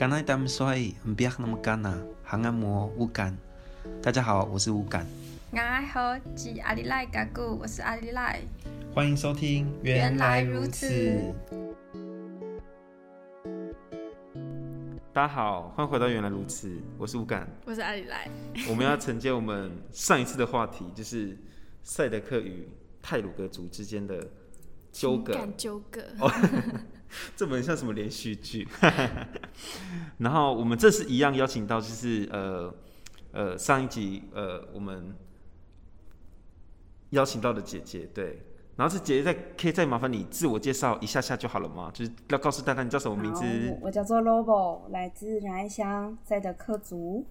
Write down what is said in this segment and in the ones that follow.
刚才他们说不要那么干呐，还按摩乌干。大家好，我是乌干。 大家好，是阿里赖嘎古，我是阿里赖。 欢迎收听原来如此。大家好，欢迎回到原来如此，我是乌干， 我是阿里赖。 我们要承接我们上一次的话题，就是赛德克与太鲁阁族之间的纠葛。 情感纠葛。 这本像什么连续剧？然后我们这次一样邀请到，就是上一集我们邀请到的姐姐，对。然后这姐姐可以再麻烦你自我介绍一下就好了吗？就是要告诉大家你叫什么名字。 我叫做 Lobo， 来自仁爱乡赛德克族。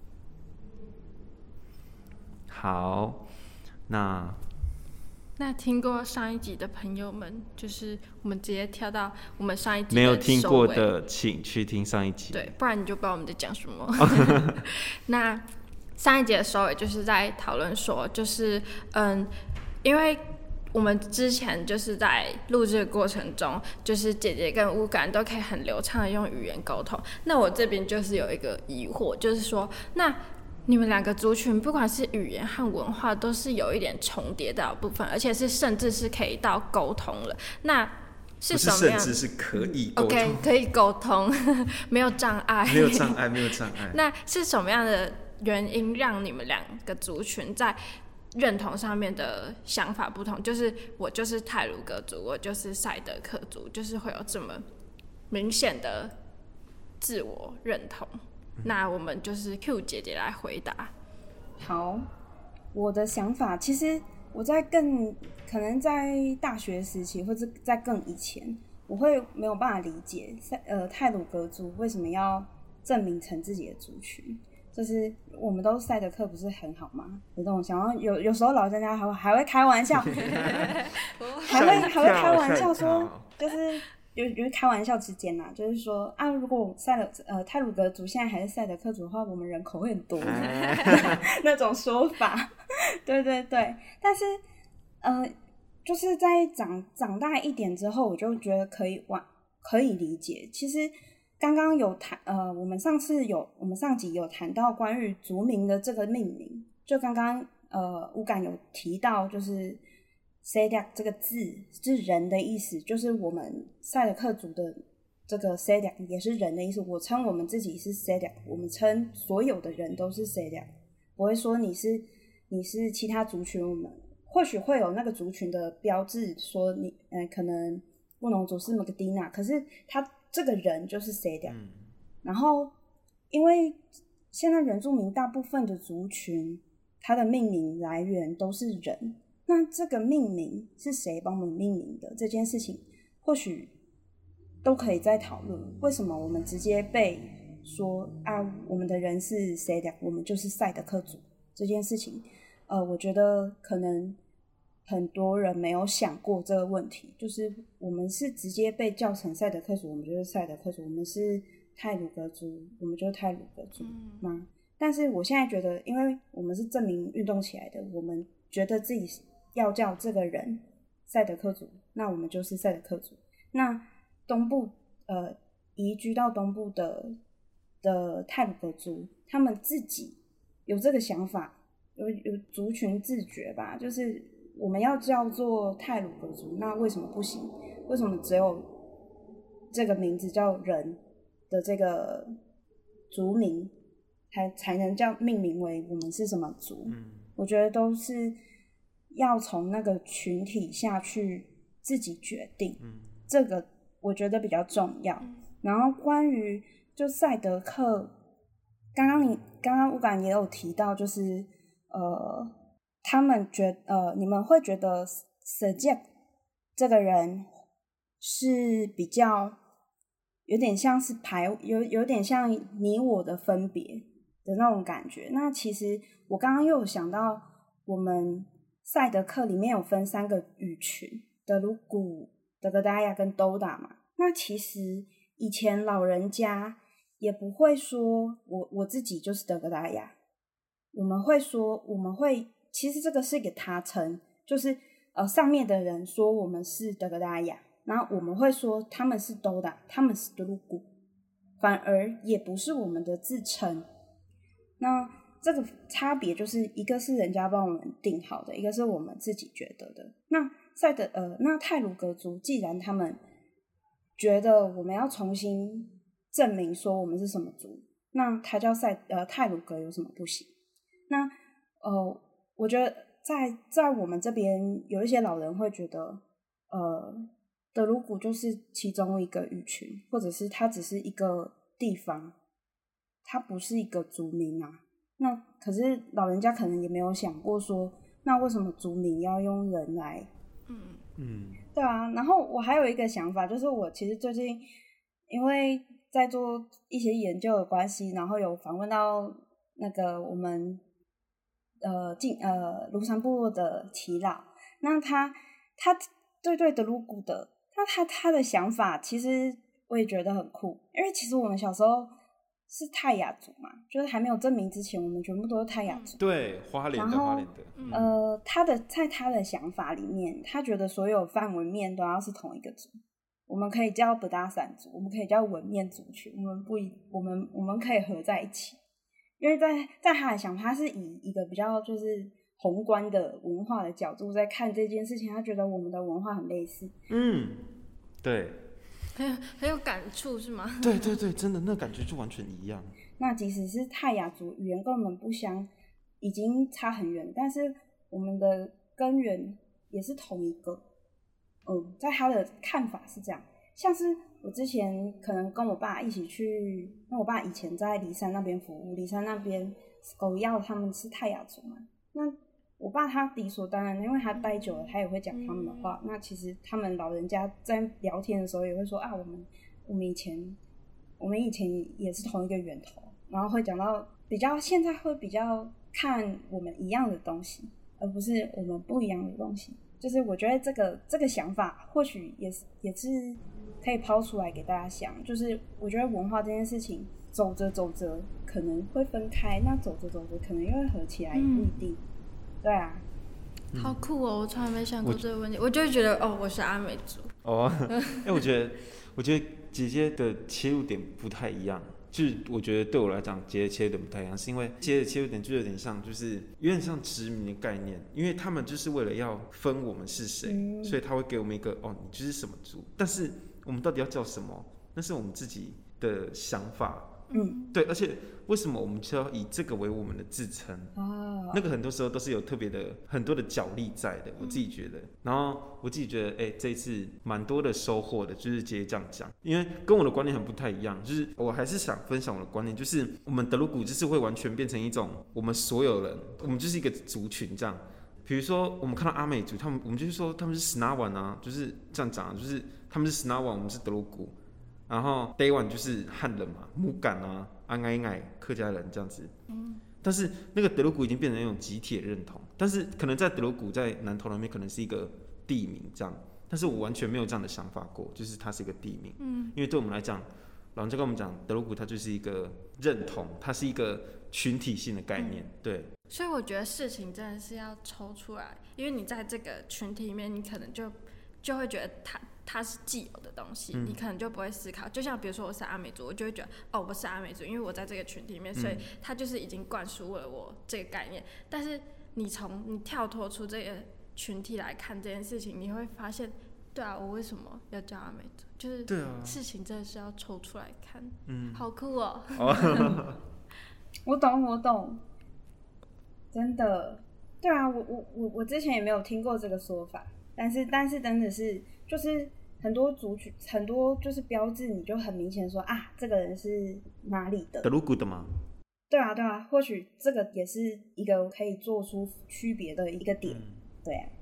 好，那听过上一集的朋友们，就是我们直接跳到我们上一集的没有听过的，请去听上一集。 对，不然你就不知道我们在讲什么。那上一集的收尾就是在讨论说，就是因为我们之前就是在录制的过程中，就是姐姐跟乌感都可以很流畅的用语言沟通。那我这边就是有一个疑惑，就是说，那你们两个族群不管是语言和文化都是有一点重叠的部分，而且是甚至是可以到沟通了。那是什么样？ 不是甚至是可以沟通。 OK， 可以沟通，没有障碍。 没有障碍，没有障碍。 那是什么样的原因让你们两个族群在认同上面的想法不同？就是我就是太鲁阁族，我就是赛德克族，就是会有这么明显的自我认同。那我们就是 Q 姐姐来回答。 好，我的想法其实我在可能在大学时期或者在更以前，我会没有办法理解太鲁阁族为什么要证明成自己的族群。就是我们都赛德克不是很好吗？有这种想要有时候老人家还会开玩笑，还会开玩笑说，就是有开玩笑之间啦，就是说啊，如果我太鲁阁族现在还是赛德克族的话，我们人口会很多那种说法。对对对，但是就是在长大一点之后，我就觉得可以理解。其实刚刚有谈我们上集有谈到关于族名的这个命名，就刚刚乌感有提到，就是Sadak 这个字是人的意思，就是我们赛德克族的这个 Sadak 也是人的意思。我称我们自己是 Sadak， 我们称所有的人都是 Sadak， 不会说你是其他族群，我们或许会有那个族群的标志，说你可能布农族是 Magdina， 可是他这个人就是 Sadak。然后因为现在原住民大部分的族群，它的命名来源都是人。那这个命名是谁帮我们命名的这件事情，或许都可以再讨论。为什么我们直接被说啊，我们的人是 Sadak， 我们就是赛德克族这件事情，我觉得可能很多人没有想过这个问题，就是我们是直接被叫成赛德克族，我们就是赛德克族；我们是太鲁阁族，我们就是太鲁阁族吗？但是我现在觉得，因为我们是证明运动起来的，我们觉得自己要叫这个人赛德克族，那我们就是赛德克族。那东部移居到东部的太鲁阁族，他们自己有这个想法，有族群自觉吧，就是我们要叫做太鲁阁族，那为什么不行？为什么只有这个名字叫人的这个族名才能叫命名为我们是什么族？我觉得都是要从那个群体下去自己决定，这个我觉得比较重要。然后关于就赛德克，刚刚乌感也有提到，就是他们你们会觉得 Sajak 这个人是比较有点像是有点像你我的分别的那种感觉。那其实我刚刚又有想到，我们赛德克里面有分3个语群，德鲁古、德格达亚跟都达嘛。那其实以前老人家也不会说我自己就是德格达亚，我们会其实这个是一个他称，就是上面的人说我们是德格达亚，然后我们会说他们是都达，他们是德鲁古， 反而也不是我们的自称。那这个差别就是一个是人家帮我们定好的，一个是我们自己觉得的。那太鲁阁族既然他们觉得我们要重新证明说我们是什么族，那他叫太鲁阁有什么不行？那我觉得在我们这边有一些老人会觉得德鲁古就是其中一个语群，或者是它只是一个地方，它不是一个族名啊。那可是老人家可能也没有想过说，那为什么族名要用人来？对啊。然后我还有一个想法，就是我其实最近因为在做一些研究的关系，然后有访问到那个我们庐山部落的耆老，那他对德鲁古的，那他的想法其实我也觉得很酷，因为其实我们小时候是泰雅族嘛，就是还没有证明之前，我们全部都是泰雅族。 对，花莲的。 在他的想法里面，他觉得所有范文面都要是同一个族，我们可以叫不大散族，我们可以叫文面族群，我们可以合在一起。因为在他的想法，他是以一个比较就是宏观的文化的角度在看这件事情，他觉得我们的文化很类似。 对。 很有感触是吗？ 对，真的那感觉就完全一样。 那即使是泰雅族，语言根本不相，已经差很远，但是我们的根源也是同一个。在他的看法是这样。像是我之前可能跟我爸一起去，因为我爸以前在梨山那边服务，梨山那边狗药他们是泰雅族嘛，那我爸他理所当然，因为他待久了，他也会讲他们的话。那其实他们老人家在聊天的时候也会说啊，我们以前也是同一个源头，然后会讲到现在会比较看我们一样的东西，而不是我们不一样的东西。就是我觉得这个想法或许也是可以抛出来给大家想，就是我觉得文化这件事情走着走着可能会分开，那走着走着可能又会合起来，也不一定。对啊， 好酷哦！我从来没想过这个问题，我就会觉得我是阿美族。 我觉得姐姐的切入点不太一样，就是我觉得对我来讲，姐姐切入点不太一样，是因为姐姐的切入点就有点像，就是有点像殖民的概念，因为他们就是为了要分我们是谁，所以他会给我们一个你就是什么族，但是我们到底要叫什么，那是我们自己的想法。对，而且为什么我们就要以这个为我们的自称？那个很多时候都是有特别的很多的角力在的，我自己觉得。然后我自己觉得，这一次蛮多的收获的，就是姐姐这样讲，因为跟我的观念很不太一样。就是我还是想分享我的观念，就是我们德鲁古就是会完全变成一种我们所有人，我们就是一个族群这样。比如说我们看到阿美族，我们就是说他们是斯纳瓦啊，就是这样讲，就是他们是斯纳瓦，我们是德鲁古。然后 Day One 就是汉人嘛，木杆啊，安爱爱客家人这样子。但是那个德鲁古已经变成一种集体的认同，但是可能在德鲁古在南投那边可能是一个地名这样，但是我完全没有这样的想法过，就是它是一个地名。因为对我们来讲，老人家跟我们讲德鲁古它就是一个认同，它是一个群体性的概念。对。 所以我觉得事情真的是要抽出来，因为你在这个群体里面，你可能就会觉得它是既有的东西，你可能就不会思考。就像比如说我是阿美族，我就会觉得我是阿美族，因为我在这个群体里面，所以它就是已经灌输了我这个概念。但是你跳脱出这个群体来看这件事情，你会发现，对啊，我为什么要叫阿美族？就是事情真的是要抽出来看。好酷哦！ 我懂，真的，对啊，我之前也没有听过这个说法。但是真的是，就是很多族群，很多就是标志，你就很明显说啊，这个人是哪里的？ 德鲁古的吗？ 对啊，或许这个也是一个可以做出区别的一个点。对啊。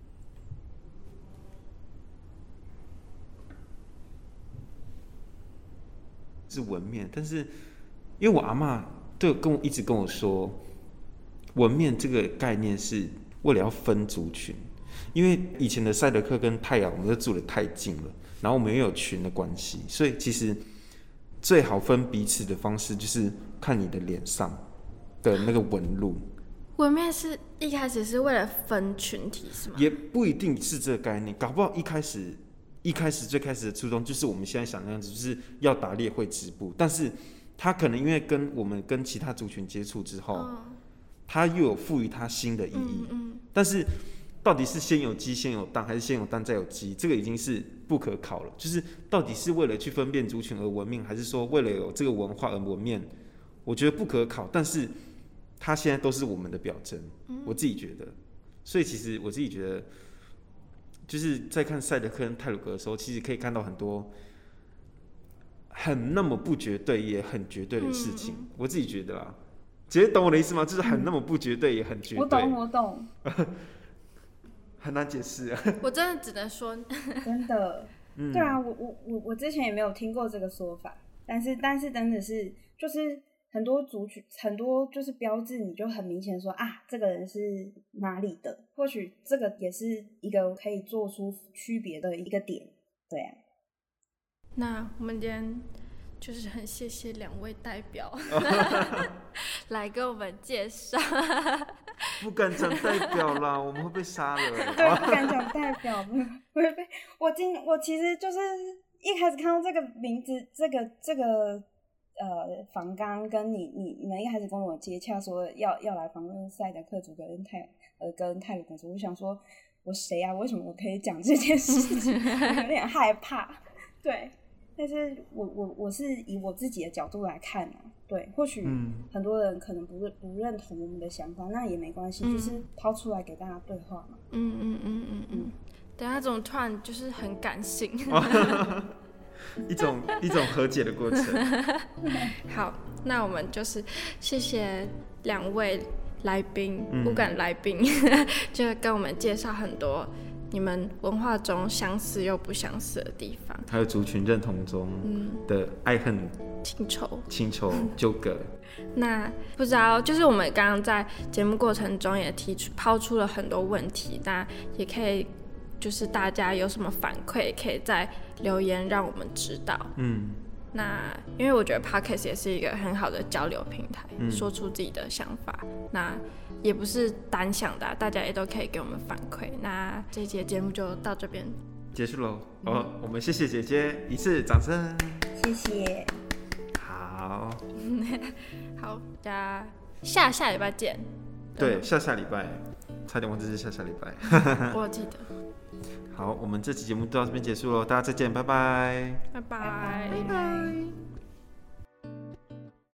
是纹面，但是因为我阿嬷一直跟我说，纹面这个概念是为了要分族群。因为以前的赛德克跟泰雅我们都住得太近了，然后我们又有群的关系，所以其实最好分彼此的方式就是看你的脸上的那个纹路。 纹面是一开始是为了分群体是吗？ 也不一定是这个概念，搞不好一开始最开始的初衷就是我们现在想的样子，就是要打猎会织布，但是它可能因为我们跟其他族群接触之后，它又有赋予它新的意义。但是到底是先有鸡先有蛋，还是先有蛋再有鸡，这个已经是不可考了。就是到底是为了去分辨族群而文明，还是说为了有这个文化而文明，我觉得不可考。但是它现在都是我们的表征，我自己觉得。所以其实我自己觉得，就是在看赛德克跟太鲁阁的时候，其实可以看到很多很那么不绝对也很绝对的事情。我自己觉得啦，姐姐懂我的意思吗？就是很那么不绝对也很绝对。 我懂。 很难解释啊。 我真的只能说， 真的，对啊，我之前也没有听过这个说法，但是真的是就是很多族群很多就是标志，你就很明显说啊，这个人是哪里的，或许这个也是一个可以做出区别的一个点，对啊。 那我们今天就是很谢谢2位代表来跟我们介绍。 不敢讲代表啦，我们会被杀了。 对，不敢讲代表，会被我其实就是一开始看到这个名字，这个访纲跟你们一开始跟我接洽说要来访问赛德克族跟太鲁阁族，我想说我谁啊？为什么我可以讲这件事情？有点害怕，对。但是我是以我自己的角度来看啊，对，或许很多人可能不认同我们的想法，那也没关系，就是抛出来给大家对话嘛。 等下怎么突然就是很感性？ 一种和解的过程。 好，那我们就是谢谢2位来宾，不敢来宾，就跟我们介绍很多你们文化中相似又不相似的地方， 还有族群认同中的爱恨情仇纠葛。 那不知道，就是我们刚刚在节目过程中也抛出了很多问题，那也可以就是大家有什么反馈，可以在留言让我们知道。那因为我觉得 Podcast 也是一个很好的交流平台，说出自己的想法，那也不是单向的，大家也都可以给我们反馈。那这一节节目就到这边结束喽。我们谢谢姐姐，一次掌声。 谢谢。 好， 好，大家下礼拜见。 对，下礼拜，差点忘记是下礼拜。 我记得。 好，我们这期节目就到这边结束喽，大家再见，拜拜。 拜拜。